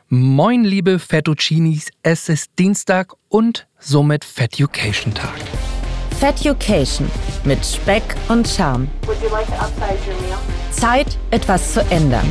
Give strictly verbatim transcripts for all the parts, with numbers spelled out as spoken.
Moin, liebe Fettuccinis, es ist Dienstag und somit Fetucation-Tag. Fetucation mit Speck und Charme. Would you like to upsize your meal? Zeit, etwas zu ändern.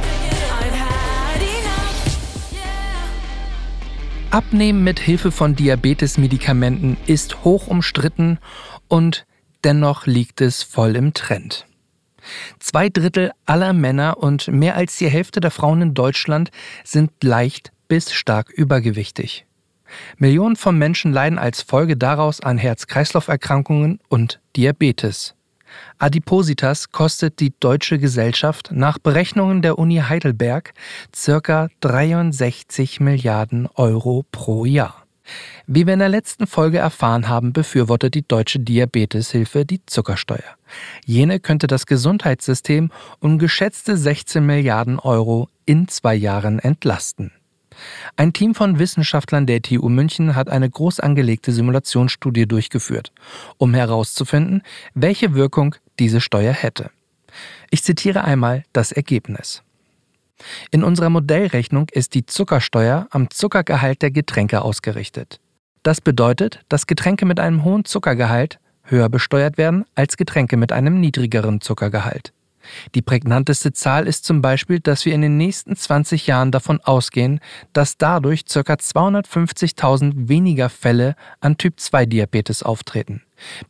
Abnehmen mit Hilfe von Diabetes-Medikamenten ist hoch umstritten und dennoch liegt es voll im Trend. Zwei Drittel aller Männer und mehr als die Hälfte der Frauen in Deutschland sind leicht bis stark übergewichtig. Millionen von Menschen leiden als Folge daraus an Herz-Kreislauf-Erkrankungen und Diabetes. Adipositas kostet die deutsche Gesellschaft nach Berechnungen der Uni Heidelberg ca. dreiundsechzig Milliarden Euro pro Jahr. Wie wir in der letzten Folge erfahren haben, befürwortet die Deutsche Diabeteshilfe die Zuckersteuer. Jene könnte das Gesundheitssystem um geschätzte sechzehn Milliarden Euro in zwei Jahren entlasten. Ein Team von Wissenschaftlern der T U München hat eine groß angelegte Simulationsstudie durchgeführt, um herauszufinden, welche Wirkung diese Steuer hätte. Ich zitiere einmal das Ergebnis. In unserer Modellrechnung ist die Zuckersteuer am Zuckergehalt der Getränke ausgerichtet. Das bedeutet, dass Getränke mit einem hohen Zuckergehalt höher besteuert werden als Getränke mit einem niedrigeren Zuckergehalt. Die prägnanteste Zahl ist zum Beispiel, dass wir in den nächsten zwanzig Jahren davon ausgehen, dass dadurch ca. zweihundertfünfzigtausend weniger Fälle an Typ zwei Diabetes auftreten,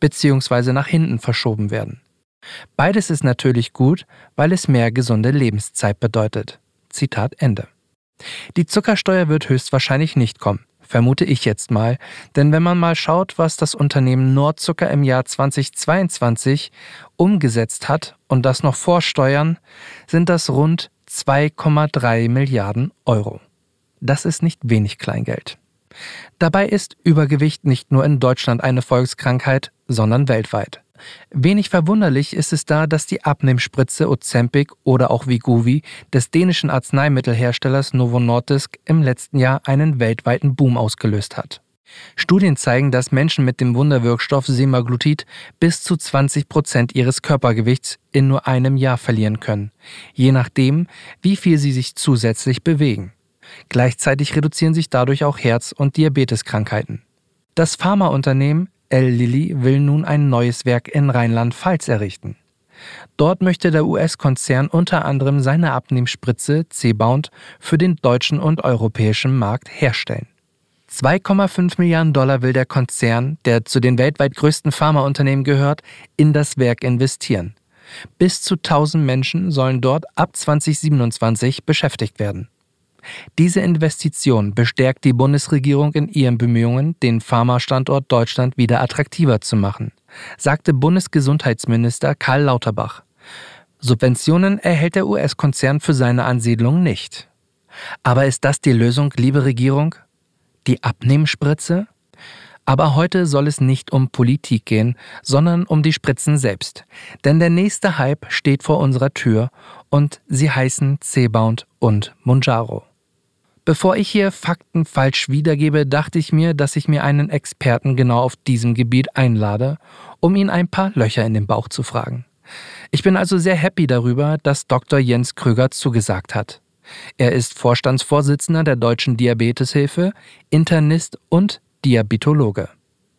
bzw. nach hinten verschoben werden. Beides ist natürlich gut, weil es mehr gesunde Lebenszeit bedeutet. Zitat Ende. Die Zuckersteuer wird höchstwahrscheinlich nicht kommen, vermute ich jetzt mal, denn wenn man mal schaut, was das Unternehmen Nordzucker im Jahr zweitausendzweiundzwanzig umgesetzt hat und das noch vor Steuern, sind das rund zwei Komma drei Milliarden Euro. Das ist nicht wenig Kleingeld. Dabei ist Übergewicht nicht nur in Deutschland eine Volkskrankheit, sondern weltweit. Wenig verwunderlich ist es da, dass die Abnehmspritze Ozempic oder auch Wegovy des dänischen Arzneimittelherstellers Novo Nordisk im letzten Jahr einen weltweiten Boom ausgelöst hat. Studien zeigen, dass Menschen mit dem Wunderwirkstoff Semaglutid bis zu zwanzig Prozent ihres Körpergewichts in nur einem Jahr verlieren können, je nachdem, wie viel sie sich zusätzlich bewegen. Gleichzeitig reduzieren sich dadurch auch Herz- und Diabeteskrankheiten. Das Pharmaunternehmen Eli Lilly will nun ein neues Werk in Rheinland-Pfalz errichten. Dort möchte der U S-Konzern unter anderem seine Abnehmspritze Zebound für den deutschen und europäischen Markt herstellen. zwei Komma fünf Milliarden Dollar will der Konzern, der zu den weltweit größten Pharmaunternehmen gehört, in das Werk investieren. Bis zu tausend Menschen sollen dort ab zweitausendsiebenundzwanzig beschäftigt werden. Diese Investition bestärkt die Bundesregierung in ihren Bemühungen, den Pharmastandort Deutschland wieder attraktiver zu machen, sagte Bundesgesundheitsminister Karl Lauterbach. Subventionen erhält der U S-Konzern für seine Ansiedlung nicht. Aber ist das die Lösung, liebe Regierung? Die Abnehmspritze? Aber heute soll es nicht um Politik gehen, sondern um die Spritzen selbst. Denn der nächste Hype steht vor unserer Tür und sie heißen Zebound und Mounjaro. Bevor ich hier Fakten falsch wiedergebe, dachte ich mir, dass ich mir einen Experten genau auf diesem Gebiet einlade, um ihn ein paar Löcher in den Bauch zu fragen. Ich bin also sehr happy darüber, dass Doktor Jens Kröger zugesagt hat. Er ist Vorstandsvorsitzender der Deutschen Diabeteshilfe, Internist und Diabetologe.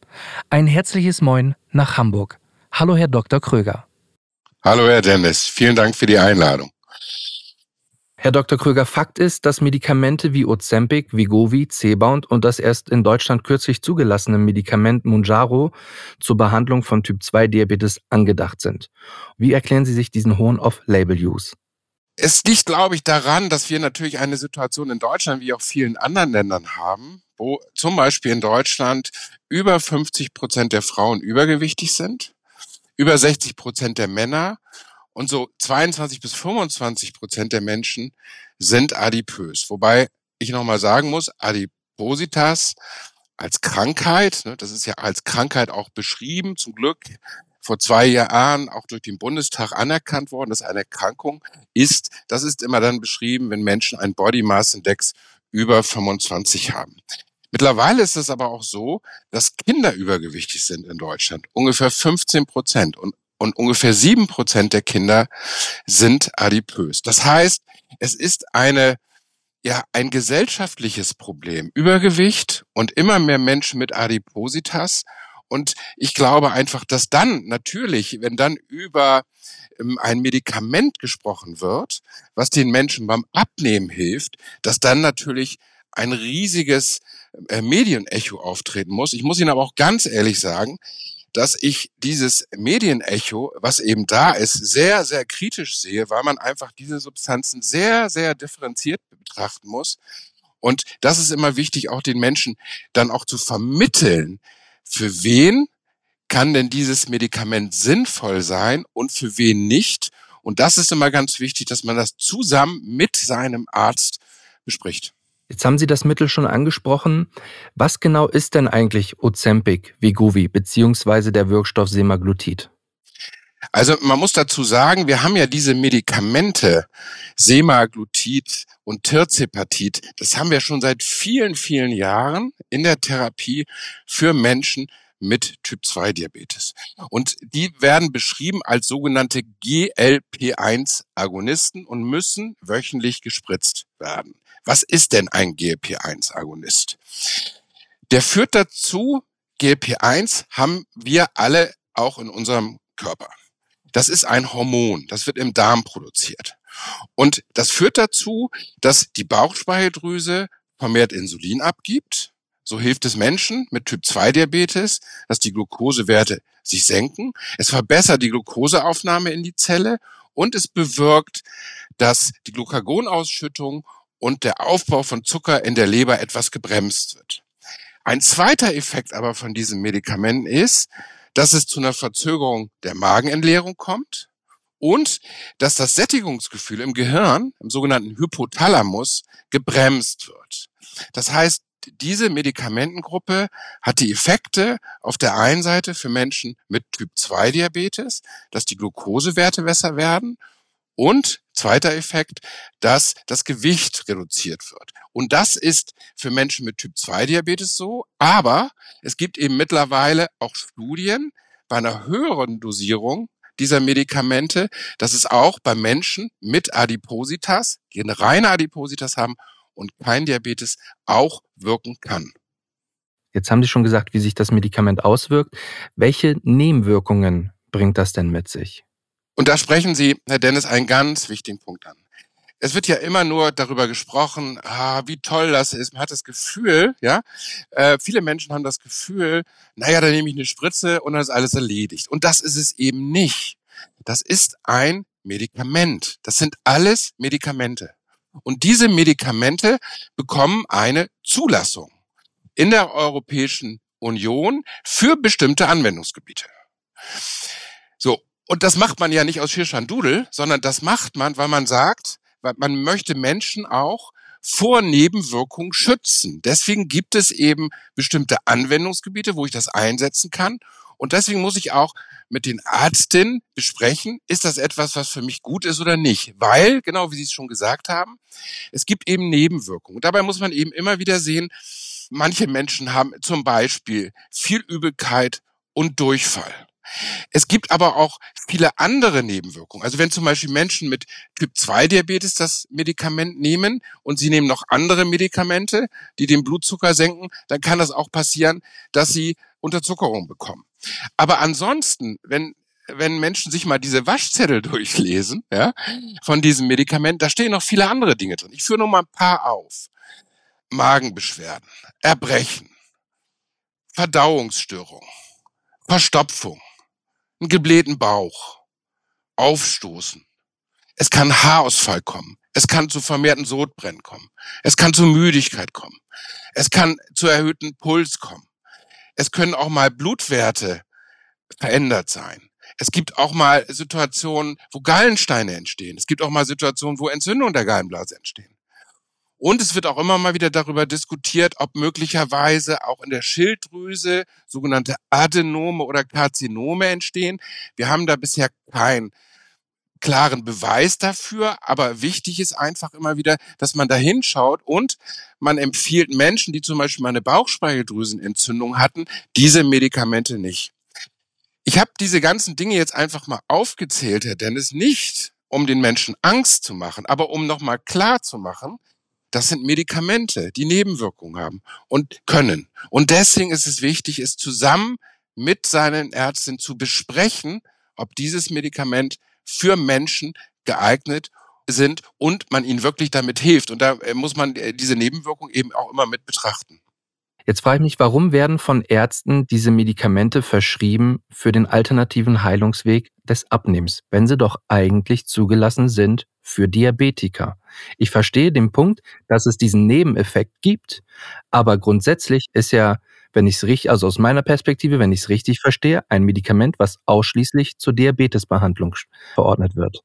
Ein herzliches Moin nach Hamburg. Hallo, Herr Doktor Kröger. Hallo, Herr Dennis. Vielen Dank für die Einladung. Herr Doktor Kröger, Fakt ist, dass Medikamente wie Ozempic, Wegovy, Zebound und das erst in Deutschland kürzlich zugelassene Medikament Mounjaro zur Behandlung von Typ zwei Diabetes angedacht sind. Wie erklären Sie sich diesen hohen Off-Label-Use? Es liegt, glaube ich, daran, dass wir natürlich eine Situation in Deutschland wie auch vielen anderen Ländern haben, wo zum Beispiel in Deutschland über fünfzig Prozent der Frauen übergewichtig sind, über sechzig Prozent der Männer und so zweiundzwanzig bis fünfundzwanzig Prozent der Menschen sind adipös. Wobei ich nochmal sagen muss, Adipositas als Krankheit, ne, das ist ja als Krankheit auch beschrieben, zum Glück vor zwei Jahren auch durch den Bundestag anerkannt worden, dass eine Erkrankung ist. Das ist immer dann beschrieben, wenn Menschen einen Body Mass Index über fünfundzwanzig haben. Mittlerweile ist es aber auch so, dass Kinder übergewichtig sind in Deutschland. Ungefähr fünfzehn Prozent und, und ungefähr sieben Prozent der Kinder sind adipös. Das heißt, es ist eine ja ein gesellschaftliches Problem. Übergewicht und immer mehr Menschen mit Adipositas. Und ich glaube einfach, dass dann natürlich, wenn dann über ähm, ein Medikament gesprochen wird, was den Menschen beim Abnehmen hilft, dass dann natürlich ein riesiges äh, Medienecho auftreten muss. Ich muss Ihnen aber auch ganz ehrlich sagen, dass ich dieses Medienecho, was eben da ist, sehr, sehr kritisch sehe, weil man einfach diese Substanzen sehr, sehr differenziert betrachten muss. Und das ist immer wichtig, auch den Menschen dann auch zu vermitteln, für wen kann denn dieses Medikament sinnvoll sein und für wen nicht. Und das ist immer ganz wichtig, dass man das zusammen mit seinem Arzt bespricht. Jetzt haben Sie das Mittel schon angesprochen. Was genau ist denn eigentlich Ozempic, Wegovy beziehungsweise der Wirkstoff Semaglutid? Also man muss dazu sagen, wir haben ja diese Medikamente, Semaglutid und Tirzepatid, das haben wir schon seit vielen, vielen Jahren in der Therapie für Menschen mit Typ zwei Diabetes. Und die werden beschrieben als sogenannte G L P eins Agonisten und müssen wöchentlich gespritzt werden. Was ist denn ein G L P eins Agonist? Der führt dazu, G L P eins haben wir alle auch in unserem Körper. Das ist ein Hormon, das wird im Darm produziert. Und das führt dazu, dass die Bauchspeicheldrüse vermehrt Insulin abgibt. So hilft es Menschen mit Typ zwei Diabetes, dass die Glukosewerte sich senken. Es verbessert die Glukoseaufnahme in die Zelle und es bewirkt, dass die Glucagonausschüttung und der Aufbau von Zucker in der Leber etwas gebremst wird. Ein zweiter Effekt aber von diesen Medikamenten ist, dass es zu einer Verzögerung der Magenentleerung kommt und dass das Sättigungsgefühl im Gehirn, im sogenannten Hypothalamus, gebremst wird. Das heißt, diese Medikamentengruppe hat die Effekte auf der einen Seite für Menschen mit Typ zwei Diabetes, dass die Glukosewerte besser werden und zweiter Effekt, dass das Gewicht reduziert wird. Und das ist für Menschen mit Typ zwei Diabetes so, aber es gibt eben mittlerweile auch Studien bei einer höheren Dosierung dieser Medikamente, dass es auch bei Menschen mit Adipositas, die eine reine Adipositas haben und kein Diabetes, auch wirken kann. Jetzt haben Sie schon gesagt, wie sich das Medikament auswirkt. Welche Nebenwirkungen bringt das denn mit sich? Und da sprechen Sie, Herr Dennis, einen ganz wichtigen Punkt an. Es wird ja immer nur darüber gesprochen, ah, wie toll das ist. Man hat das Gefühl, ja, äh, viele Menschen haben das Gefühl, naja, dann nehme ich eine Spritze und dann ist alles erledigt. Und das ist es eben nicht. Das ist ein Medikament. Das sind alles Medikamente. Und diese Medikamente bekommen eine Zulassung in der Europäischen Union für bestimmte Anwendungsgebiete. So. Und das macht man ja nicht aus Schirschandudel, sondern das macht man, weil man sagt, weil man möchte Menschen auch vor Nebenwirkungen schützen. Deswegen gibt es eben bestimmte Anwendungsgebiete, wo ich das einsetzen kann. Und deswegen muss ich auch mit den Ärztinnen besprechen, ist das etwas, was für mich gut ist oder nicht. Weil, genau wie Sie es schon gesagt haben, es gibt eben Nebenwirkungen. Und dabei muss man eben immer wieder sehen, manche Menschen haben zum Beispiel viel Übelkeit und Durchfall. Es gibt aber auch viele andere Nebenwirkungen. Also wenn zum Beispiel Menschen mit Typ zwei Diabetes das Medikament nehmen und sie nehmen noch andere Medikamente, die den Blutzucker senken, dann kann das auch passieren, dass sie Unterzuckerung bekommen. Aber ansonsten, wenn wenn Menschen sich mal diese Waschzettel durchlesen, ja, von diesem Medikament, da stehen noch viele andere Dinge drin. Ich führe nur mal ein paar auf. Magenbeschwerden, Erbrechen, Verdauungsstörung, Verstopfung, einen geblähten Bauch, Aufstoßen. Es kann Haarausfall kommen. Es kann zu vermehrten Sodbrennen kommen. Es kann zu Müdigkeit kommen. Es kann zu erhöhten Puls kommen. Es können auch mal Blutwerte verändert sein. Es gibt auch mal Situationen, wo Gallensteine entstehen. Es gibt auch mal Situationen, wo Entzündungen der Gallenblase entstehen. Und es wird auch immer mal wieder darüber diskutiert, ob möglicherweise auch in der Schilddrüse sogenannte Adenome oder Karzinome entstehen. Wir haben da bisher keinen klaren Beweis dafür, aber wichtig ist einfach immer wieder, dass man da hinschaut und man empfiehlt Menschen, die zum Beispiel mal eine Bauchspeicheldrüsenentzündung hatten, diese Medikamente nicht. Ich habe diese ganzen Dinge jetzt einfach mal aufgezählt, Herr Dennis, nicht um den Menschen Angst zu machen, aber um nochmal klar zu machen, Das sind Medikamente, die Nebenwirkungen haben und können. Und deswegen ist es wichtig, es zusammen mit seinen Ärzten zu besprechen, ob dieses Medikament für Menschen geeignet sind und man ihnen wirklich damit hilft. Und da muss man diese Nebenwirkungen eben auch immer mit betrachten. Jetzt frage ich mich, warum werden von Ärzten diese Medikamente verschrieben für den alternativen Heilungsweg des Abnehmens, wenn sie doch eigentlich zugelassen sind für Diabetiker? Ich verstehe den Punkt, dass es diesen Nebeneffekt gibt, aber grundsätzlich ist ja, wenn ich es richtig, also aus meiner Perspektive, wenn ich es richtig verstehe, ein Medikament, was ausschließlich zur Diabetesbehandlung verordnet wird.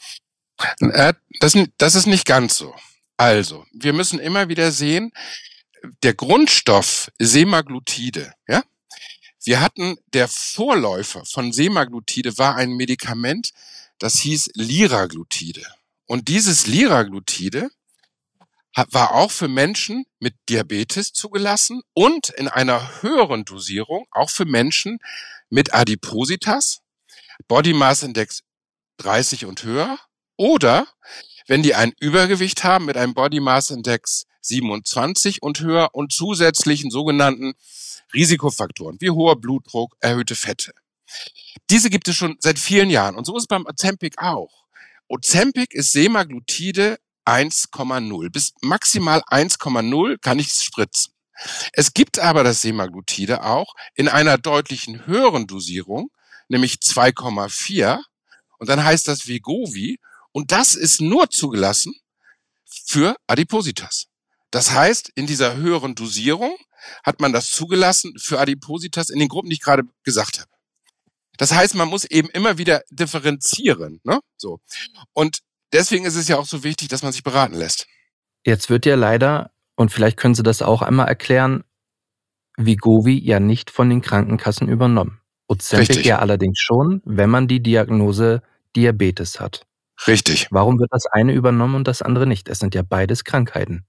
Das, das ist nicht ganz so. Also, wir müssen immer wieder sehen, der Grundstoff Semaglutide, ja, wir hatten, der Vorläufer von Semaglutide war ein Medikament, das hieß Liraglutide. Und dieses Liraglutide war auch für Menschen mit Diabetes zugelassen und in einer höheren Dosierung auch für Menschen mit Adipositas, Body Mass Index dreißig und höher, oder wenn die ein Übergewicht haben mit einem Body Mass Index siebenundzwanzig und höher und zusätzlichen sogenannten Risikofaktoren wie hoher Blutdruck, erhöhte Fette. Diese gibt es schon seit vielen Jahren und so ist es beim Ozempic auch. Ozempic ist Semaglutide eins Komma null. Bis maximal eins Komma null kann ich es spritzen. Es gibt aber das Semaglutide auch in einer deutlichen höheren Dosierung, nämlich zwei Komma vier. Und dann heißt das Wegovy. Und das ist nur zugelassen für Adipositas. Das heißt, in dieser höheren Dosierung hat man das zugelassen für Adipositas in den Gruppen, die ich gerade gesagt habe. Das heißt, man muss eben immer wieder differenzieren, ne? So. Und deswegen ist es ja auch so wichtig, dass man sich beraten lässt. Jetzt wird ja leider, und vielleicht können Sie das auch einmal erklären, Wegovy ja nicht von den Krankenkassen übernommen. Ozempic Richtig. ja allerdings schon, wenn man die Diagnose Diabetes hat. Richtig. Warum wird das eine übernommen und das andere nicht? Es sind ja beides Krankheiten.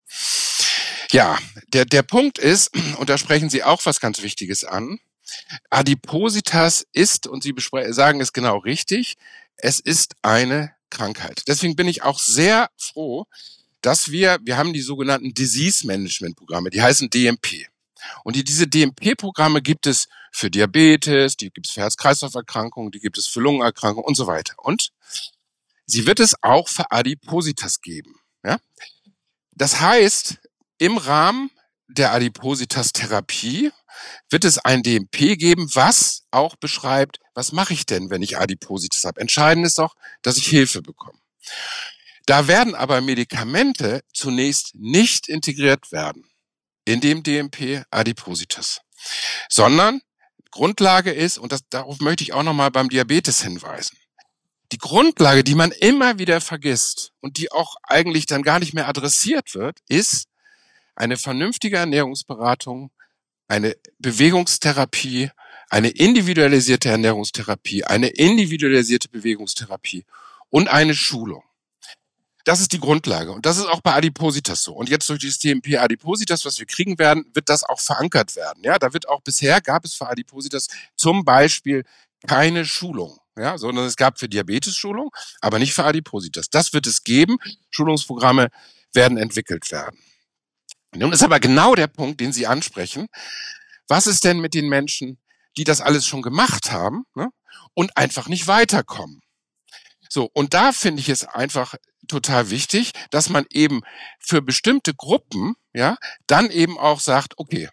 Ja, der, der Punkt ist, und da sprechen Sie auch was ganz Wichtiges an, Adipositas ist, und Sie sagen es genau richtig, es ist eine Krankheit. Deswegen bin ich auch sehr froh, dass wir, wir haben die sogenannten Disease Management Programme, die heißen D M P. Und die, diese D M P-Programme gibt es für Diabetes, die gibt es für Herz-Kreislauf-Erkrankungen, die gibt es für Lungenerkrankungen und so weiter. Und sie wird es auch für Adipositas geben. Ja? Das heißt, im Rahmen der Adipositas-Therapie wird es ein D M P geben, was auch beschreibt, was mache ich denn, wenn ich Adipositas habe. Entscheidend ist doch, dass ich Hilfe bekomme. Da werden aber Medikamente zunächst nicht integriert werden in dem D M P Adipositas, sondern Grundlage ist, und das, darauf möchte ich auch nochmal beim Diabetes hinweisen, die Grundlage, die man immer wieder vergisst und die auch eigentlich dann gar nicht mehr adressiert wird, ist eine vernünftige Ernährungsberatung, eine Bewegungstherapie, eine individualisierte Ernährungstherapie, eine individualisierte Bewegungstherapie und eine Schulung. Das ist die Grundlage. Und das ist auch bei Adipositas so. Und jetzt durch dieses D M P Adipositas, was wir kriegen werden, wird das auch verankert werden. Ja, da wird auch bisher gab es für Adipositas zum Beispiel keine Schulung, ja, sondern es gab für Diabetes Schulung, aber nicht für Adipositas. Das wird es geben. Schulungsprogramme werden entwickelt werden. Nun ist aber genau der Punkt, den Sie ansprechen. Was ist denn mit den Menschen, die das alles schon gemacht haben, ne, und einfach nicht weiterkommen? So, und da finde ich es einfach total wichtig, dass man eben für bestimmte Gruppen, ja, dann eben auch sagt, okay,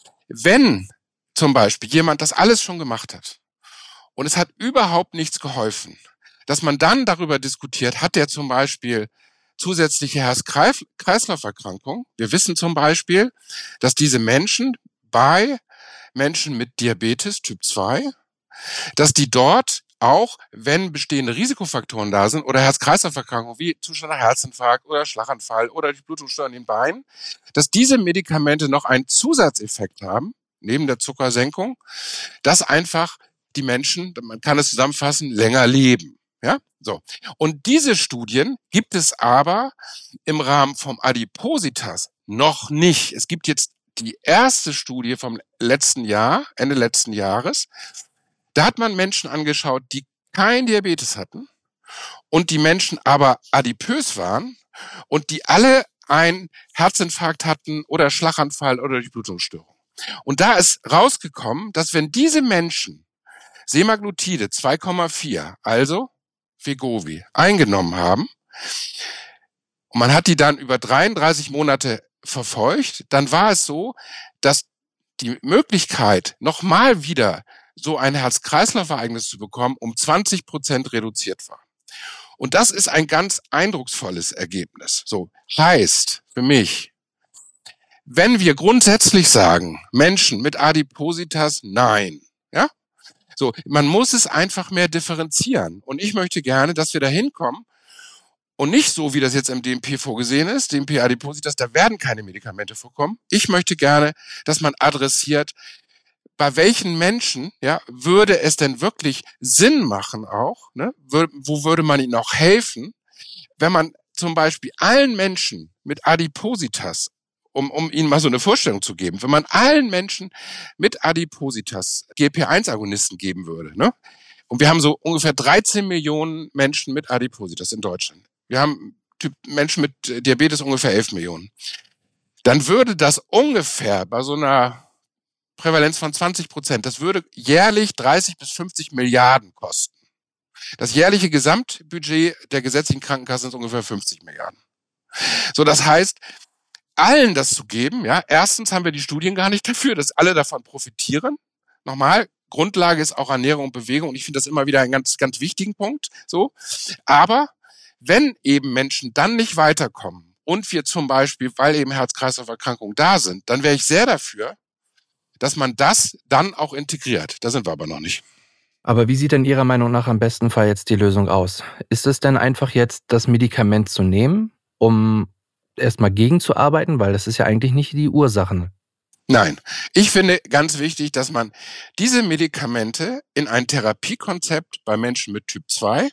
wenn zum Beispiel jemand das alles schon gemacht hat und es hat überhaupt nichts geholfen, dass man dann darüber diskutiert, hat der zum Beispiel zusätzliche Herz-Kreislauf-Erkrankungen. Wir wissen zum Beispiel, dass diese Menschen bei Menschen mit Diabetes Typ zwei, dass die dort auch, wenn bestehende Risikofaktoren da sind oder Herz-Kreislauf-Erkrankungen wie Zustand nach Herzinfarkt oder Schlaganfall oder die Blutungsstörung in den Beinen, dass diese Medikamente noch einen Zusatzeffekt haben, neben der Zuckersenkung, dass einfach die Menschen, man kann es zusammenfassen, länger leben. Ja, so. Und diese Studien gibt es aber im Rahmen vom Adipositas noch nicht. Es gibt jetzt die erste Studie vom letzten Jahr, Ende letzten Jahres. Da hat man Menschen angeschaut, die kein Diabetes hatten und die Menschen aber adipös waren und die alle einen Herzinfarkt hatten oder Schlaganfall oder die Blutungsstörung. Und da ist rausgekommen, dass wenn diese Menschen Semaglutide zwei Komma vier, also Wegovy, eingenommen haben, und man hat die dann über dreiunddreißig Monate verfolgt, dann war es so, dass die Möglichkeit, nochmal wieder so ein Herz-Kreislauf-Ereignis zu bekommen, um zwanzig Prozent reduziert war. Und das ist ein ganz eindrucksvolles Ergebnis. So heißt für mich, wenn wir grundsätzlich sagen, Menschen mit Adipositas, nein, ja, so, man muss es einfach mehr differenzieren. Und ich möchte gerne, dass wir da hinkommen und nicht so, wie das jetzt im D M P vorgesehen ist, D M P Adipositas, da werden keine Medikamente vorkommen. Ich möchte gerne, dass man adressiert, bei welchen Menschen, ja, würde es denn wirklich Sinn machen auch, ne? Wo würde man ihnen auch helfen, wenn man zum Beispiel allen Menschen mit Adipositas, um, um ihnen mal so eine Vorstellung zu geben, wenn man allen Menschen mit Adipositas G L P eins Agonisten geben würde, ne? Und wir haben so ungefähr dreizehn Millionen Menschen mit Adipositas in Deutschland. Wir haben Typ Menschen mit Diabetes ungefähr elf Millionen. Dann würde das ungefähr bei so einer Prävalenz von zwanzig Prozent, das würde jährlich dreißig bis fünfzig Milliarden kosten. Das jährliche Gesamtbudget der gesetzlichen Krankenkassen ist ungefähr fünfzig Milliarden. So, das heißt, allen das zu geben, ja, erstens haben wir die Studien gar nicht dafür, dass alle davon profitieren. Nochmal, Grundlage ist auch Ernährung und Bewegung und ich finde das immer wieder einen ganz, ganz wichtigen Punkt, so. Aber wenn eben Menschen dann nicht weiterkommen und wir zum Beispiel, weil eben Herz-Kreislauf-Erkrankungen da sind, dann wäre ich sehr dafür, dass man das dann auch integriert. Da sind wir aber noch nicht. Aber wie sieht denn Ihrer Meinung nach am besten Fall jetzt die Lösung aus? Ist es denn einfach jetzt, das Medikament zu nehmen, um erstmal gegenzuarbeiten? Weil das ist ja eigentlich nicht die Ursache. Nein. Ich finde ganz wichtig, dass man diese Medikamente in ein Therapiekonzept bei Menschen mit Typ zwei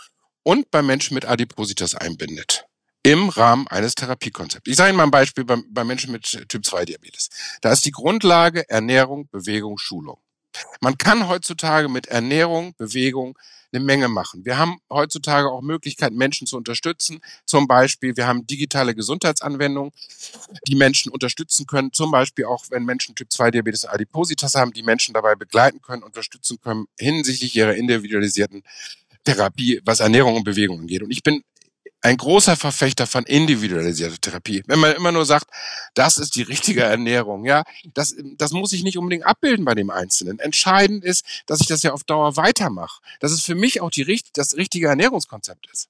und bei Menschen mit Adipositas einbindet. Im Rahmen eines Therapiekonzepts. Ich sage Ihnen mal ein Beispiel bei, bei Menschen mit Typ zwei Diabetes. Da ist die Grundlage Ernährung, Bewegung, Schulung. Man kann heutzutage mit Ernährung, Bewegung eine Menge machen. Wir haben heutzutage auch Möglichkeiten, Menschen zu unterstützen. Zum Beispiel, wir haben digitale Gesundheitsanwendungen, die Menschen unterstützen können. Zum Beispiel auch, wenn Menschen Typ zwei Diabetes und Adipositas haben, die Menschen dabei begleiten können, unterstützen können hinsichtlich ihrer individualisierten Therapie, was Ernährung und Bewegung angeht. Und ich bin ein großer Verfechter von individualisierter Therapie. Wenn man immer nur sagt, das ist die richtige Ernährung, ja, das, das muss ich nicht unbedingt abbilden bei dem Einzelnen. Entscheidend ist, dass ich das ja auf Dauer weitermache. Dass es für mich auch die, das richtige Ernährungskonzept ist.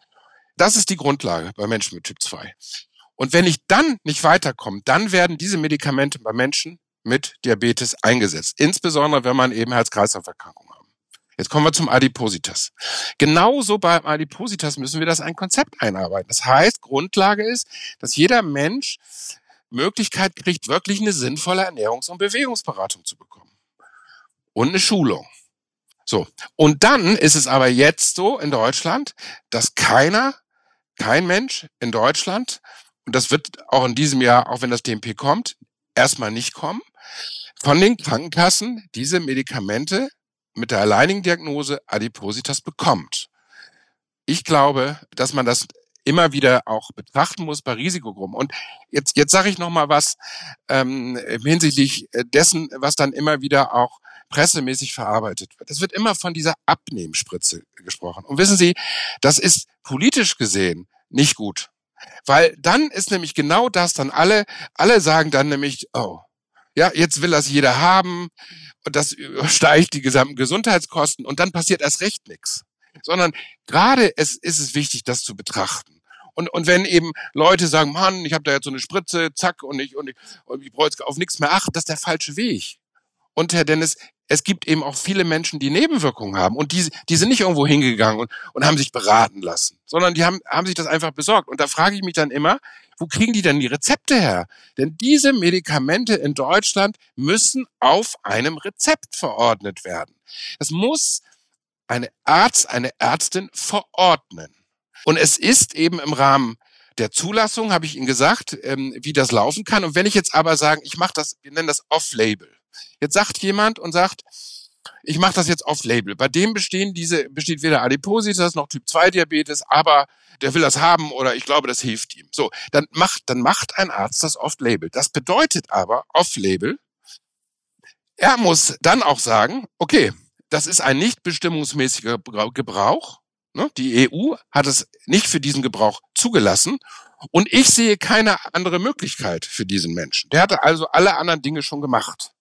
Das ist die Grundlage bei Menschen mit Typ zwei. Und wenn ich dann nicht weiterkomme, dann werden diese Medikamente bei Menschen mit Diabetes eingesetzt. Insbesondere, wenn man eben Herz-Kreislauf-Erkrankungen hat. Jetzt kommen wir zum Adipositas. Genauso beim Adipositas müssen wir das ein Konzept einarbeiten. Das heißt, Grundlage ist, dass jeder Mensch Möglichkeit kriegt, wirklich eine sinnvolle Ernährungs- und Bewegungsberatung zu bekommen. Und eine Schulung. So. Und dann ist es aber jetzt so in Deutschland, dass keiner, kein Mensch in Deutschland, und das wird auch in diesem Jahr, auch wenn das D M P kommt, erstmal nicht kommen, von den Krankenkassen diese Medikamente mit der alleinigen Diagnose Adipositas bekommt. Ich glaube, dass man das immer wieder auch betrachten muss bei Risikogruppen. Und jetzt, jetzt sage ich noch mal was ähm, hinsichtlich dessen, was dann immer wieder auch pressemäßig verarbeitet wird. Es wird immer von dieser Abnehmspritze gesprochen. Und wissen Sie, das ist politisch gesehen nicht gut. Weil dann ist nämlich genau das, dann alle, alle sagen dann nämlich, oh, ja, jetzt will das jeder haben und das übersteigt die gesamten Gesundheitskosten und dann passiert erst recht nichts. Sondern gerade es ist es wichtig, das zu betrachten. Und und wenn eben Leute sagen, Mann, ich habe da jetzt so eine Spritze, zack, und ich und ich, und ich brauche jetzt auf nichts mehr achten, das ist der falsche Weg. Und Herr Dennis, es gibt eben auch viele Menschen, die Nebenwirkungen haben und die, die sind nicht irgendwo hingegangen und, und haben sich beraten lassen, sondern die haben, haben sich das einfach besorgt. Und da frage ich mich dann immer, wo kriegen die denn die Rezepte her? Denn diese Medikamente in Deutschland müssen auf einem Rezept verordnet werden. Das muss eine Arzt, eine Ärztin verordnen. Und es ist eben im Rahmen der Zulassung, habe ich Ihnen gesagt, ähm, wie das laufen kann. Und wenn ich jetzt aber sage, ich mache das, wir nennen das Off-Label. Jetzt sagt jemand und sagt, ich mache das jetzt off-label. Bei dem bestehen diese, besteht weder Adipositas noch Typ zwei Diabetes, aber der will das haben oder ich glaube, das hilft ihm. So, dann macht, dann macht ein Arzt das off-label. Das bedeutet aber off-label, er muss dann auch sagen, okay, das ist ein nicht bestimmungsmäßiger Gebrauch. Die E U hat es nicht für diesen Gebrauch zugelassen und ich sehe keine andere Möglichkeit für diesen Menschen. Der hatte also alle anderen Dinge schon gemacht.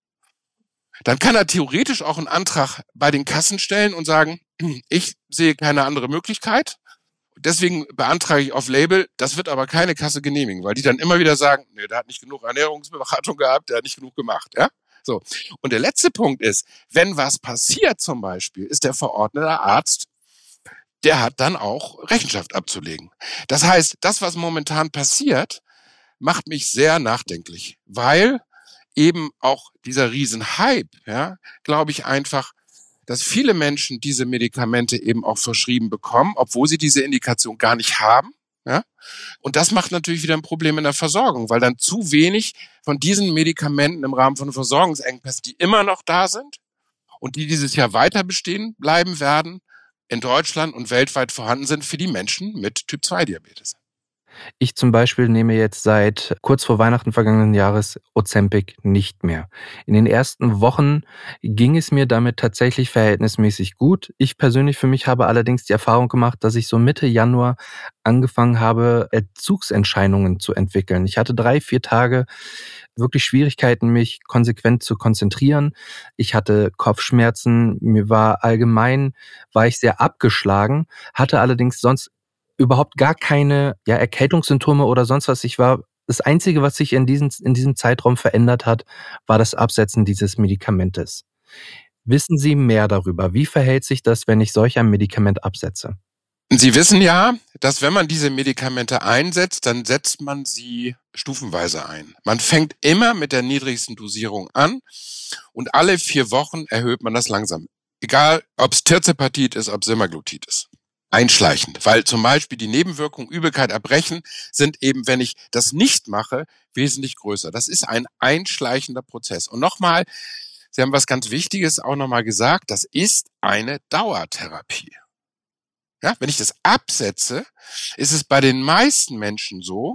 Dann kann er theoretisch auch einen Antrag bei den Kassen stellen und sagen, ich sehe keine andere Möglichkeit. Deswegen beantrage ich off-label, das wird aber keine Kasse genehmigen, weil die dann immer wieder sagen, nee, der hat nicht genug Ernährungsberatung gehabt, der hat nicht genug gemacht. Ja? So. Und der letzte Punkt ist, wenn was passiert zum Beispiel, ist der verordnete Arzt, der hat dann auch Rechenschaft abzulegen. Das heißt, das, was momentan passiert, macht mich sehr nachdenklich, weil eben auch dieser Riesenhype, ja, glaube ich einfach, dass viele Menschen diese Medikamente eben auch verschrieben bekommen, obwohl sie diese Indikation gar nicht haben. Ja? Und das macht natürlich wieder ein Problem in der Versorgung, weil dann zu wenig von diesen Medikamenten im Rahmen von Versorgungsengpässen, die immer noch da sind und die dieses Jahr weiter bestehen bleiben werden, in Deutschland und weltweit vorhanden sind für die Menschen mit Typ zwei Diabetes. Ich zum Beispiel nehme jetzt seit kurz vor Weihnachten vergangenen Jahres Ozempic nicht mehr. In den ersten Wochen ging es mir damit tatsächlich verhältnismäßig gut. Ich persönlich für mich habe allerdings die Erfahrung gemacht, dass ich so Mitte Januar angefangen habe, Entzugsentscheidungen zu entwickeln. Ich hatte drei, vier Tage wirklich Schwierigkeiten, mich konsequent zu konzentrieren. Ich hatte Kopfschmerzen, mir war allgemein, war ich sehr abgeschlagen, hatte allerdings sonst überhaupt gar keine ja, Erkältungssymptome oder sonst was. Ich war, das Einzige, was sich in diesem, in diesem Zeitraum verändert hat, war das Absetzen dieses Medikamentes. Wissen Sie mehr darüber? Wie verhält sich das, wenn ich solch ein Medikament absetze? Sie wissen ja, dass wenn man diese Medikamente einsetzt, dann setzt man sie stufenweise ein. Man fängt immer mit der niedrigsten Dosierung an und alle vier Wochen erhöht man das langsam. Egal, ob es Tirzepatit ist, ob es Semaglutid ist. Einschleichend, weil zum Beispiel die Nebenwirkungen Übelkeit, Erbrechen sind eben, wenn ich das nicht mache, wesentlich größer. Das ist ein einschleichender Prozess. Und nochmal, Sie haben was ganz Wichtiges auch nochmal gesagt, das ist eine Dauertherapie. Ja, wenn ich das absetze, ist es bei den meisten Menschen so,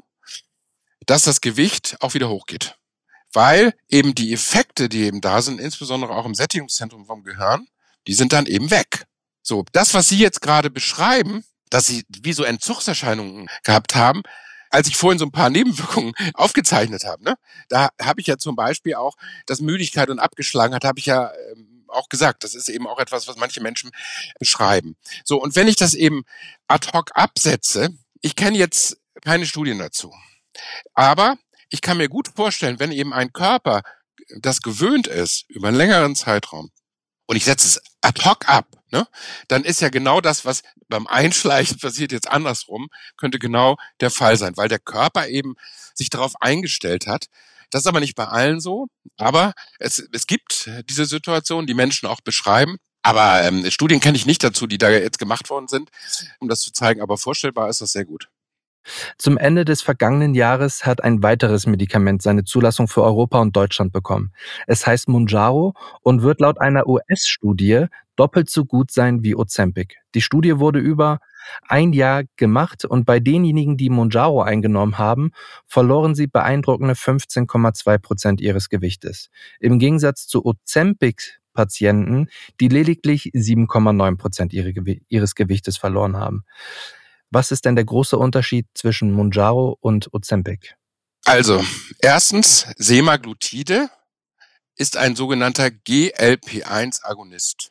dass das Gewicht auch wieder hochgeht. Weil eben die Effekte, die eben da sind, insbesondere auch im Sättigungszentrum vom Gehirn, die sind dann eben weg. So, das, was Sie jetzt gerade beschreiben, dass Sie wie so Entzugserscheinungen gehabt haben, als ich vorhin so ein paar Nebenwirkungen aufgezeichnet habe, ne, da habe ich ja zum Beispiel auch, dass Müdigkeit und Abgeschlagenheit, habe ich ja ähm, auch gesagt, das ist eben auch etwas, was manche Menschen beschreiben. So, und wenn ich das eben ad hoc absetze, ich kenne jetzt keine Studien dazu, aber ich kann mir gut vorstellen, wenn eben ein Körper das gewöhnt ist über einen längeren Zeitraum und ich setze es ad hoc ab, ne, dann ist ja genau das, was beim Einschleichen passiert, jetzt andersrum, könnte genau der Fall sein, weil der Körper eben sich darauf eingestellt hat. Das ist aber nicht bei allen so, aber es, es gibt diese Situation, die Menschen auch beschreiben. Aber ähm, Studien kenne ich nicht dazu, die da jetzt gemacht worden sind, um das zu zeigen, aber vorstellbar ist das sehr gut. Zum Ende des vergangenen Jahres hat ein weiteres Medikament seine Zulassung für Europa und Deutschland bekommen. Es heißt Mounjaro und wird laut einer U S-Studie doppelt so gut sein wie Ozempic. Die Studie wurde über ein Jahr gemacht und bei denjenigen, die Mounjaro eingenommen haben, verloren sie beeindruckende fünfzehn Komma zwei Prozent ihres Gewichtes. Im Gegensatz zu Ozempic-Patienten, die lediglich sieben Komma neun Prozent ihres Gewichtes verloren haben. Was ist denn der große Unterschied zwischen Mounjaro und Ozempic? Also, erstens, Semaglutide ist ein sogenannter G L P eins Agonist.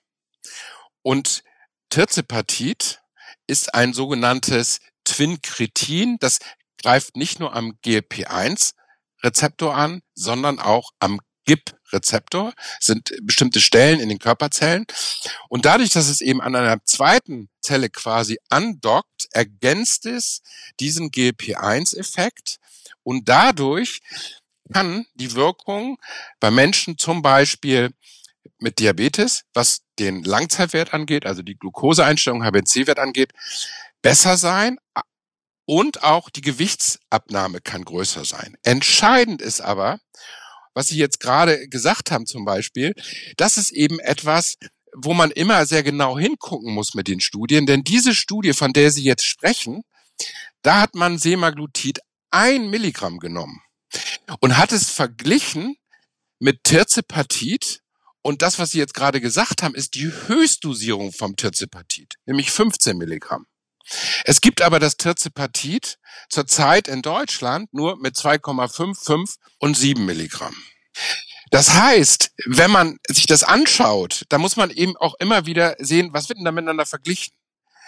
Und Tirzepatit ist ein sogenanntes Twincretin. Das greift nicht nur am G L P eins Rezeptor an, sondern auch am G I P-Rezeptor, sind bestimmte Stellen in den Körperzellen. Und dadurch, dass es eben an einer zweiten Zelle quasi andockt, ergänzt es diesen G L P eins Effekt und dadurch kann die Wirkung bei Menschen zum Beispiel mit Diabetes, was den Langzeitwert angeht, also die Glukoseeinstellung, H b A C C Wert angeht, besser sein und auch die Gewichtsabnahme kann größer sein. Entscheidend ist aber, was Sie jetzt gerade gesagt haben zum Beispiel, das ist eben etwas, wo man immer sehr genau hingucken muss mit den Studien. Denn diese Studie, von der Sie jetzt sprechen, da hat man Semaglutid ein Milligramm genommen und hat es verglichen mit Tirzepatid. Und das, was Sie jetzt gerade gesagt haben, ist die Höchstdosierung vom Tirzepatid, nämlich fünfzehn Milligramm. Es gibt aber das Tirzepatid zurzeit in Deutschland nur mit zwei Komma fünf, fünf und sieben Milligramm. Das heißt, wenn man sich das anschaut, da muss man eben auch immer wieder sehen, was wird denn da miteinander verglichen?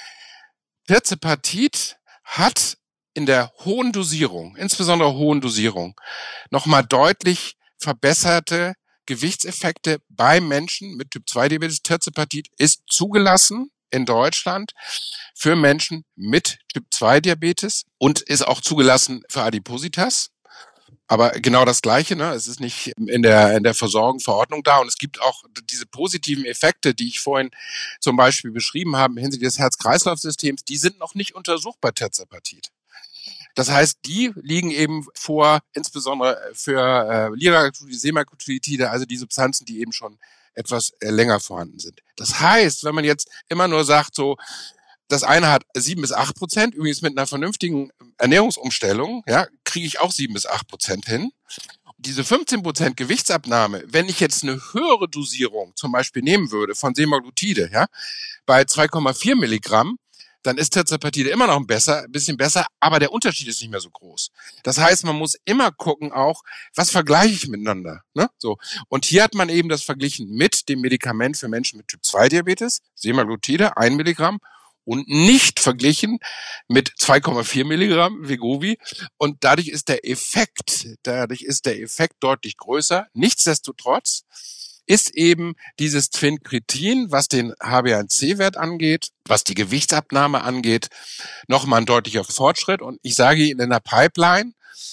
Tirzepatid hat in der hohen Dosierung, insbesondere hohen Dosierung, nochmal deutlich verbesserte Gewichtseffekte bei Menschen mit Typ zwei Diabetes. Tirzepatid ist zugelassen in Deutschland für Menschen mit Typ zwei Diabetes und ist auch zugelassen für Adipositas. Aber genau das Gleiche, ne? Es ist nicht in der, in der Versorgung, Verordnung da. Und es gibt auch diese positiven Effekte, die ich vorhin zum Beispiel beschrieben habe hinsichtlich des Herz-Kreislauf-Systems, die sind noch nicht untersucht bei Tirzepatid. Das heißt, die liegen eben vor, insbesondere für äh, Liraglutide, Semaglutide, also die Substanzen, die eben schon etwas äh, länger vorhanden sind. Das heißt, wenn man jetzt immer nur sagt, so, das eine hat sieben bis acht Prozent, übrigens mit einer vernünftigen Ernährungsumstellung, ja, kriege ich auch sieben bis acht Prozent hin. Diese fünfzehn Prozent Gewichtsabnahme, wenn ich jetzt eine höhere Dosierung zum Beispiel nehmen würde von Semaglutide, ja, bei zwei Komma vier Milligramm, dann ist Tirzepatid immer noch ein, besser, ein bisschen besser, aber der Unterschied ist nicht mehr so groß. Das heißt, man muss immer gucken auch, was vergleiche ich miteinander, ne? So. Und hier hat man eben das verglichen mit dem Medikament für Menschen mit Typ zwei Diabetes, Semaglutide, ein Milligramm, und nicht verglichen mit zwei Komma vier Milligramm Wegovy. Und dadurch ist der Effekt, dadurch ist der Effekt deutlich größer. Nichtsdestotrotz ist eben dieses Twincretin, was den H b A one C-Wert angeht, was die Gewichtsabnahme angeht, nochmal ein deutlicher Fortschritt. Und ich sage Ihnen, in der Pipeline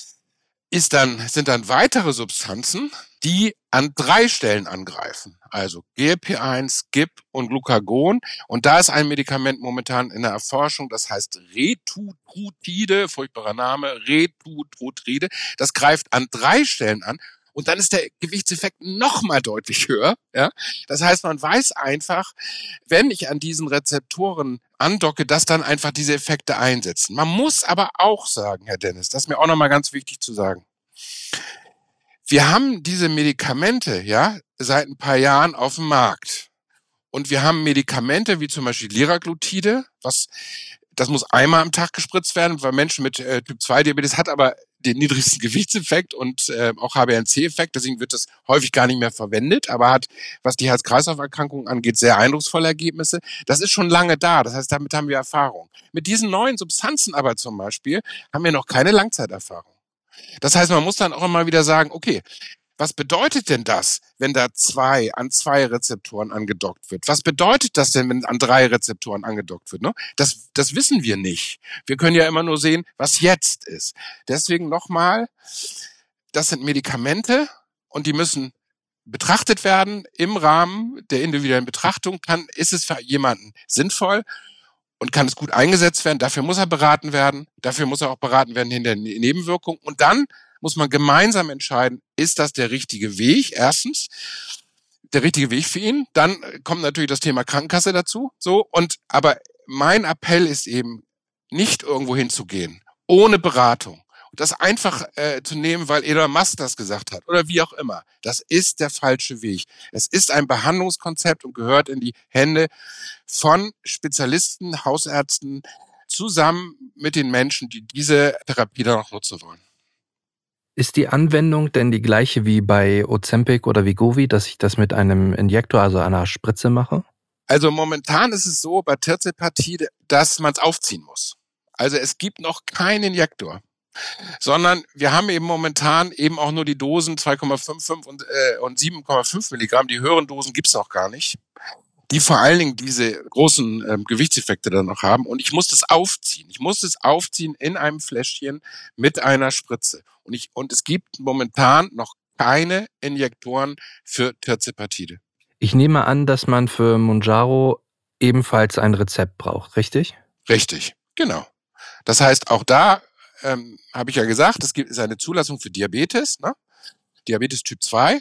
ist dann, sind dann weitere Substanzen, die an drei Stellen angreifen. Also G L P eins, G I P und Glucagon. Und da ist ein Medikament momentan in der Erforschung, das heißt Ritutrutide, furchtbarer Name, Ritutrutide. Das greift an drei Stellen an. Und dann ist der Gewichtseffekt noch mal deutlich höher. Ja? Das heißt, man weiß einfach, wenn ich an diesen Rezeptoren andocke, dass dann einfach diese Effekte einsetzen. Man muss aber auch sagen, Herr Dennis, das ist mir auch noch mal ganz wichtig zu sagen. Wir haben diese Medikamente ja seit ein paar Jahren auf dem Markt. Und wir haben Medikamente wie zum Beispiel Liraglutide, was das muss einmal am Tag gespritzt werden, weil Menschen mit äh, Typ zwei Diabetes hat aber den niedrigsten Gewichtseffekt und äh, auch H b A one C-Effekt. Deswegen wird das häufig gar nicht mehr verwendet, aber hat, was die Herz-Kreislauf-Erkrankungen angeht, sehr eindrucksvolle Ergebnisse. Das ist schon lange da. Das heißt, damit haben wir Erfahrung. Mit diesen neuen Substanzen aber zum Beispiel haben wir noch keine Langzeiterfahrung. Das heißt, man muss dann auch immer wieder sagen, okay, was bedeutet denn das, wenn da zwei an zwei Rezeptoren angedockt wird? Was bedeutet das denn, wenn an drei Rezeptoren angedockt wird? Ne? Das, das wissen wir nicht. Wir können ja immer nur sehen, was jetzt ist. Deswegen nochmal, das sind Medikamente und die müssen betrachtet werden im Rahmen der individuellen Betrachtung. Kann, ist es für jemanden sinnvoll und kann es gut eingesetzt werden? Dafür muss er beraten werden. Dafür muss er auch beraten werden in der Nebenwirkung. Und dann muss man gemeinsam entscheiden, ist das der richtige Weg? Erstens, der richtige Weg für ihn. Dann kommt natürlich das Thema Krankenkasse dazu. So und aber mein Appell ist eben, nicht irgendwo hinzugehen, ohne Beratung. Und das einfach äh, zu nehmen, weil Elon Musk das gesagt hat oder wie auch immer. Das ist der falsche Weg. Es ist ein Behandlungskonzept und gehört in die Hände von Spezialisten, Hausärzten, zusammen mit den Menschen, die diese Therapie dann auch nutzen wollen. Ist die Anwendung denn die gleiche wie bei Ozempic oder Wegovy, dass ich das mit einem Injektor, also einer Spritze mache? Also momentan ist es so bei Tirzepatid, dass man es aufziehen muss. Also es gibt noch keinen Injektor, sondern wir haben eben momentan eben auch nur die Dosen zwei Komma fünfundfünfzig und, äh, und sieben Komma fünf Milligramm. Die höheren Dosen gibt's noch gar nicht, die vor allen Dingen diese großen ähm, Gewichtseffekte dann noch haben. Und ich muss das aufziehen. Ich muss es aufziehen in einem Fläschchen mit einer Spritze. Und, ich, und es gibt momentan noch keine Injektoren für Tirzepatide. Ich nehme an, dass man für Mounjaro ebenfalls ein Rezept braucht, richtig? Richtig, genau. Das heißt, auch da ähm, habe ich ja gesagt, es gibt ist eine Zulassung für Diabetes, ne? Diabetes Typ zwei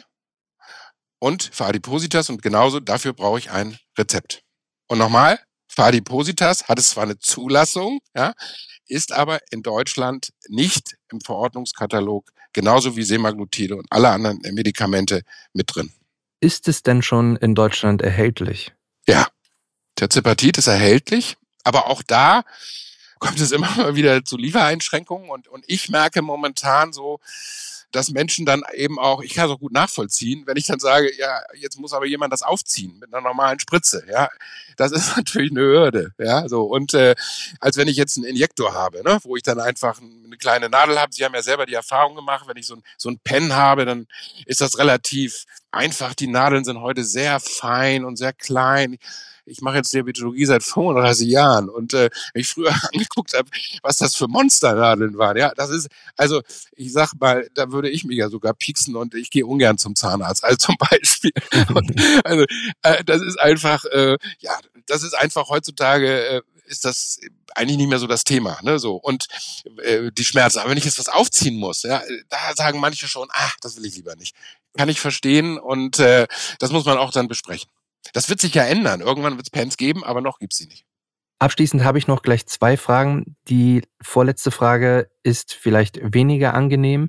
und für Adipositas und genauso dafür brauche ich ein Rezept. Und nochmal, für Adipositas hat es zwar eine Zulassung, ja, ist aber in Deutschland nicht im Verordnungskatalog, genauso wie Semaglutide und alle anderen Medikamente mit drin. Ist es denn schon in Deutschland erhältlich? Ja, Tirzepatit ist erhältlich, aber auch da kommt es immer mal wieder zu Liefereinschränkungen und, und ich merke momentan so, dass Menschen dann eben auch, ich kann es auch gut nachvollziehen, wenn ich dann sage, ja, jetzt muss aber jemand das aufziehen mit einer normalen Spritze, ja, das ist natürlich eine Hürde, ja, so und äh, als wenn ich jetzt einen Injektor habe, ne, wo ich dann einfach eine kleine Nadel habe. Sie haben ja selber die Erfahrung gemacht, wenn ich so ein so ein Pen habe, dann ist das relativ einfach. Die Nadeln sind heute sehr fein und sehr klein. Ich mache jetzt Diabetologie seit fünfunddreißig Jahren und äh, wenn ich früher angeguckt habe, was das für Monsternadeln waren, ja, das ist, also ich sag mal, da würde ich mich ja sogar pieksen und ich gehe ungern zum Zahnarzt, also zum Beispiel. Und, also äh, das ist einfach, äh, ja, das ist einfach heutzutage äh, ist das eigentlich nicht mehr so das Thema, ne, so und äh, die Schmerzen. Aber wenn ich jetzt was aufziehen muss, ja, da sagen manche schon, ach, das will ich lieber nicht. Kann ich verstehen und äh, das muss man auch dann besprechen. Das wird sich ja ändern. Irgendwann wird es Pens geben, aber noch gibt's sie nicht. Abschließend habe ich noch gleich zwei Fragen. Die vorletzte Frage ist vielleicht weniger angenehm,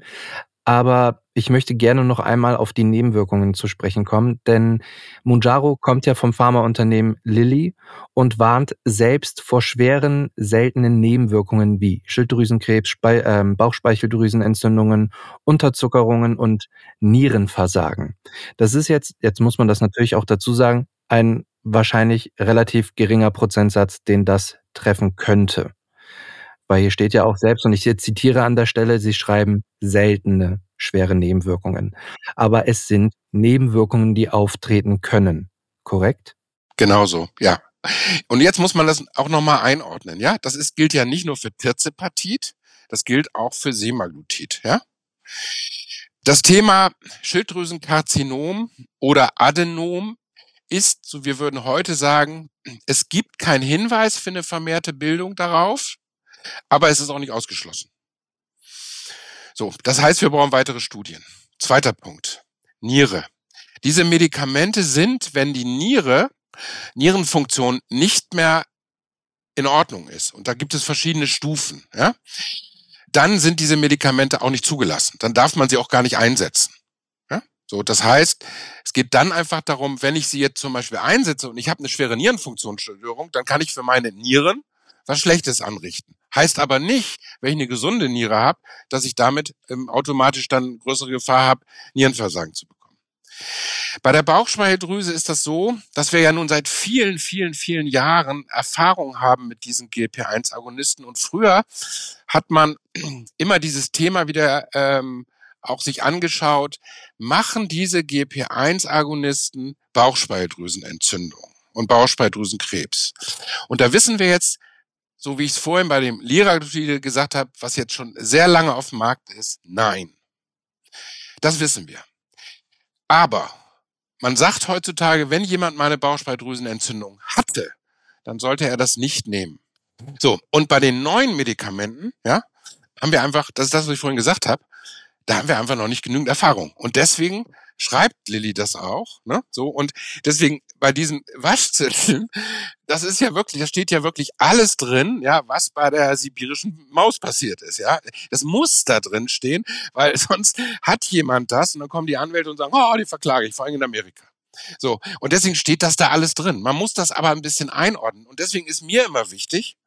aber ich möchte gerne noch einmal auf die Nebenwirkungen zu sprechen kommen, denn Mounjaro kommt ja vom Pharmaunternehmen Lilly und warnt selbst vor schweren, seltenen Nebenwirkungen wie Schilddrüsenkrebs, Spei- äh, Bauchspeicheldrüsenentzündungen, Unterzuckerungen und Nierenversagen. Das ist jetzt, jetzt muss man das natürlich auch dazu sagen, ein wahrscheinlich relativ geringer Prozentsatz, den das treffen könnte. Weil hier steht ja auch selbst, und ich zitiere an der Stelle, Sie schreiben seltene, schwere Nebenwirkungen. Aber es sind Nebenwirkungen, die auftreten können. Korrekt? Genau so, ja. Und jetzt muss man das auch nochmal einordnen, ja. Das ist, gilt ja nicht nur für Tirzepatit, das gilt auch für Semaglutid, ja. Das Thema Schilddrüsenkarzinom oder Adenom ist, so wir würden heute sagen, es gibt keinen Hinweis für eine vermehrte Bildung darauf, aber es ist auch nicht ausgeschlossen. So, das heißt, wir brauchen weitere Studien. Zweiter Punkt, Niere. Diese Medikamente sind, wenn die Niere, Nierenfunktion nicht mehr in Ordnung ist, und da gibt es verschiedene Stufen, ja, dann sind diese Medikamente auch nicht zugelassen. Dann darf man sie auch gar nicht einsetzen. Ja? So, das heißt, es geht dann einfach darum, wenn ich sie jetzt zum Beispiel einsetze und ich habe eine schwere Nierenfunktionsstörung, dann kann ich für meine Nieren was Schlechtes anrichten. Heißt aber nicht, wenn ich eine gesunde Niere habe, dass ich damit ähm, automatisch dann größere Gefahr habe, Nierenversagen zu bekommen. Bei der Bauchspeicheldrüse ist das so, dass wir ja nun seit vielen, vielen, vielen Jahren Erfahrung haben mit diesen G L P eins Agonisten. Und früher hat man immer dieses Thema wieder ähm, auch sich angeschaut, machen diese G L P eins Agonisten Bauchspeicheldrüsenentzündung und Bauchspeicheldrüsenkrebs. Und da wissen wir jetzt, so wie ich es vorhin bei dem Liraglutid gesagt habe, was jetzt schon sehr lange auf dem Markt ist, nein. Das wissen wir. Aber man sagt heutzutage, wenn jemand mal eine Bauchspeicheldrüsenentzündung hatte, dann sollte er das nicht nehmen. So, und bei den neuen Medikamenten, ja, haben wir einfach, das ist das, was ich vorhin gesagt habe, da haben wir einfach noch nicht genügend Erfahrung. Und deswegen schreibt Lilly das auch, ne? So, und deswegen bei diesen Waschzetteln, das ist ja wirklich, da steht ja wirklich alles drin, ja, was bei der sibirischen Maus passiert ist, ja. Das muss da drin stehen, weil sonst hat jemand das und dann kommen die Anwälte und sagen, oh, die verklage ich, vor allem in Amerika. So, und deswegen steht das da alles drin. Man muss das aber ein bisschen einordnen. Und deswegen ist mir immer wichtig,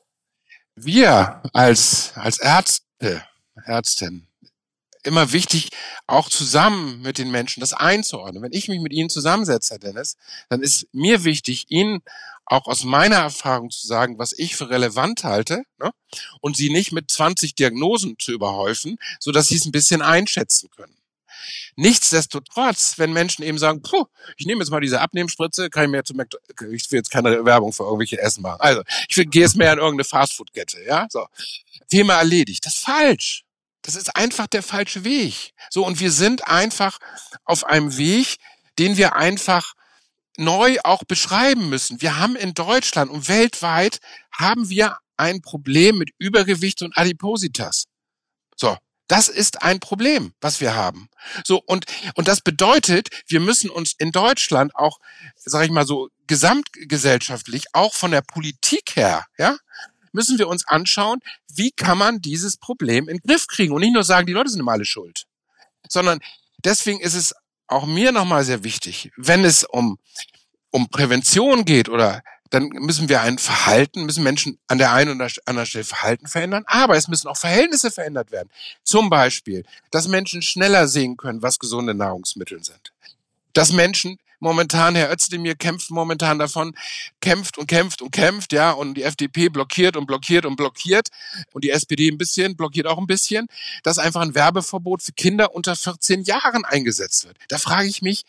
wir als, als Ärzte, Ärztin, immer wichtig, auch zusammen mit den Menschen das einzuordnen. Wenn ich mich mit Ihnen zusammensetze, Herr Dennis, dann ist mir wichtig, Ihnen auch aus meiner Erfahrung zu sagen, was ich für relevant halte, ne? Und Sie nicht mit zwanzig Diagnosen zu überhäufen, sodass Sie es ein bisschen einschätzen können. Nichtsdestotrotz, wenn Menschen eben sagen, puh, ich nehme jetzt mal diese Abnehmspritze, kann ich mir zu McDonald's, ich will jetzt keine Werbung für irgendwelche Essen machen. Also, ich will, gehe jetzt mehr in irgendeine Fastfood-Kette, ja? So. Thema erledigt. Das ist falsch. Das ist einfach der falsche Weg. So, und wir sind einfach auf einem Weg, den wir einfach neu auch beschreiben müssen. Wir haben in Deutschland und weltweit haben wir ein Problem mit Übergewicht und Adipositas. So, Das ist ein Problem, was wir haben. So, und, und das bedeutet, wir müssen uns in Deutschland auch, sag ich mal so, gesamtgesellschaftlich, auch von der Politik her, ja, müssen wir uns anschauen, wie kann man dieses Problem in den Griff kriegen und nicht nur sagen, die Leute sind immer alle schuld, sondern deswegen ist es auch mir nochmal sehr wichtig, wenn es um, um Prävention geht oder dann müssen wir ein Verhalten, müssen Menschen an der einen oder anderen Stelle Verhalten verändern, aber es müssen auch Verhältnisse verändert werden. Zum Beispiel, dass Menschen schneller sehen können, was gesunde Nahrungsmittel sind. Dass Menschen momentan, Herr Özdemir kämpft momentan davon, kämpft und kämpft und kämpft, ja, und die F D P blockiert und blockiert und blockiert und die S P D ein bisschen, blockiert auch ein bisschen, dass einfach ein Werbeverbot für Kinder unter vierzehn Jahren eingesetzt wird. Da frage ich mich,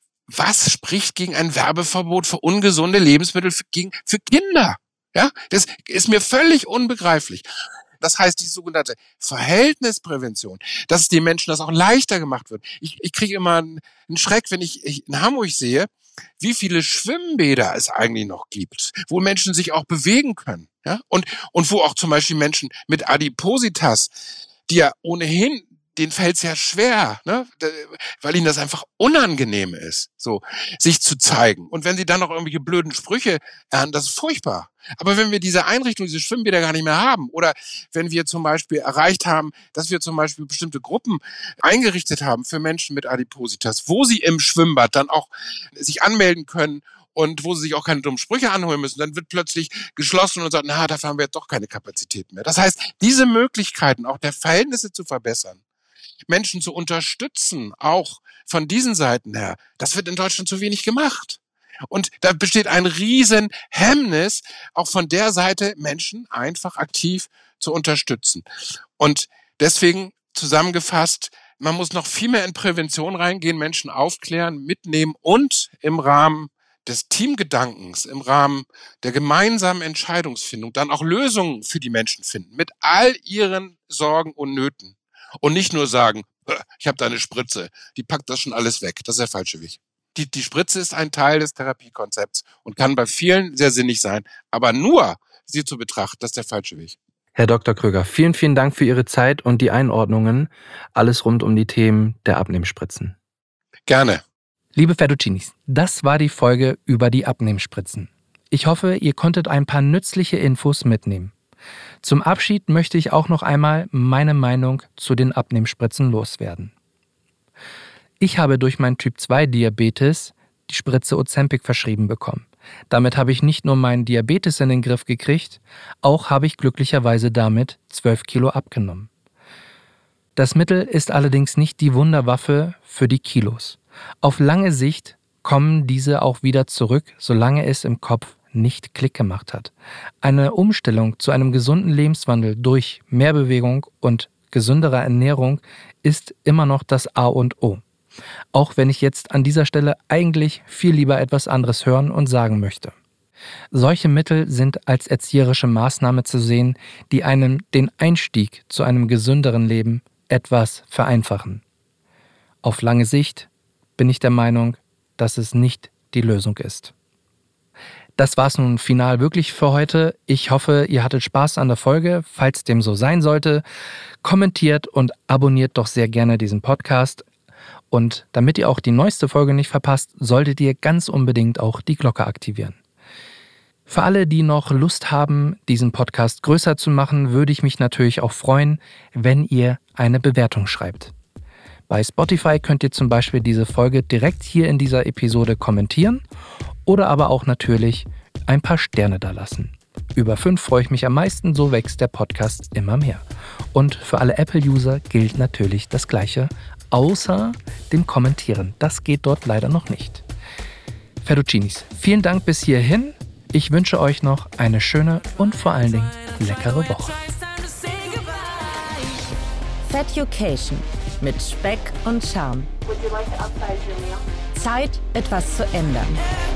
was spricht gegen ein Werbeverbot für ungesunde Lebensmittel für, gegen, für Kinder? Ja, das ist mir völlig unbegreiflich. Das heißt, die sogenannte Verhältnisprävention, dass es den Menschen das auch leichter gemacht wird. Ich, ich kriege immer einen Schreck, wenn ich, ich in Hamburg sehe, wie viele Schwimmbäder es eigentlich noch gibt, wo Menschen sich auch bewegen können. Ja, und, und wo auch zum Beispiel Menschen mit Adipositas, die ja ohnehin, denen fällt's ja schwer, ne, weil ihnen das einfach unangenehm ist, so sich zu zeigen. Und wenn sie dann noch irgendwelche blöden Sprüche ernten, das ist furchtbar. Aber wenn wir diese Einrichtung, diese Schwimmbäder gar nicht mehr haben oder wenn wir zum Beispiel erreicht haben, dass wir zum Beispiel bestimmte Gruppen eingerichtet haben für Menschen mit Adipositas, wo sie im Schwimmbad dann auch sich anmelden können und wo sie sich auch keine dummen Sprüche anholen müssen, dann wird plötzlich geschlossen und sagt, na, dafür haben wir jetzt doch keine Kapazität mehr. Das heißt, diese Möglichkeiten, auch der Verhältnisse zu verbessern, Menschen zu unterstützen, auch von diesen Seiten her, das wird in Deutschland zu wenig gemacht. Und da besteht ein riesen Hemmnis, auch von der Seite Menschen einfach aktiv zu unterstützen. Und deswegen zusammengefasst, man muss noch viel mehr in Prävention reingehen, Menschen aufklären, mitnehmen und im Rahmen des Teamgedankens, im Rahmen der gemeinsamen Entscheidungsfindung dann auch Lösungen für die Menschen finden, mit all ihren Sorgen und Nöten. Und nicht nur sagen, ich habe da eine Spritze, die packt das schon alles weg. Das ist der falsche Weg. Die, die Spritze ist ein Teil des Therapiekonzepts und kann bei vielen sehr sinnig sein. Aber nur sie zu betrachten, das ist der falsche Weg. Herr Doktor Kröger, vielen, vielen Dank für Ihre Zeit und die Einordnungen. Alles rund um die Themen der Abnehmspritzen. Gerne. Liebe Fettuccinis, das war die Folge über die Abnehmspritzen. Ich hoffe, ihr konntet ein paar nützliche Infos mitnehmen. Zum Abschied möchte ich auch noch einmal meine Meinung zu den Abnehmspritzen loswerden. Ich habe durch meinen Typ zwei Diabetes die Spritze Ozempic verschrieben bekommen. Damit habe ich nicht nur meinen Diabetes in den Griff gekriegt, auch habe ich glücklicherweise damit zwölf Kilo abgenommen. Das Mittel ist allerdings nicht die Wunderwaffe für die Kilos. Auf lange Sicht kommen diese auch wieder zurück, solange es im Kopf nicht Klick gemacht hat. Eine Umstellung zu einem gesunden Lebenswandel durch mehr Bewegung und gesünderer Ernährung ist immer noch das A und O. Auch wenn ich jetzt an dieser Stelle eigentlich viel lieber etwas anderes hören und sagen möchte. Solche Mittel sind als erzieherische Maßnahme zu sehen, die einem den Einstieg zu einem gesünderen Leben etwas vereinfachen. Auf lange Sicht bin ich der Meinung, dass es nicht die Lösung ist. Das war's nun final wirklich für heute. Ich hoffe, ihr hattet Spaß an der Folge. Falls dem so sein sollte, kommentiert und abonniert doch sehr gerne diesen Podcast. Und damit ihr auch die neueste Folge nicht verpasst, solltet ihr ganz unbedingt auch die Glocke aktivieren. Für alle, die noch Lust haben, diesen Podcast größer zu machen, würde ich mich natürlich auch freuen, wenn ihr eine Bewertung schreibt. Bei Spotify könnt ihr zum Beispiel diese Folge direkt hier in dieser Episode kommentieren oder aber auch natürlich ein paar Sterne da lassen. Über fünf freue ich mich am meisten, so wächst der Podcast immer mehr. Und für alle Apple-User gilt natürlich das Gleiche, außer dem Kommentieren. Das geht dort leider noch nicht. Fettuccinis, vielen Dank bis hierhin. Ich wünsche euch noch eine schöne und vor allen Dingen leckere Woche. Fetucation mit Speck und Charme. Would you like to upsize your meal? Zeit, etwas zu ändern.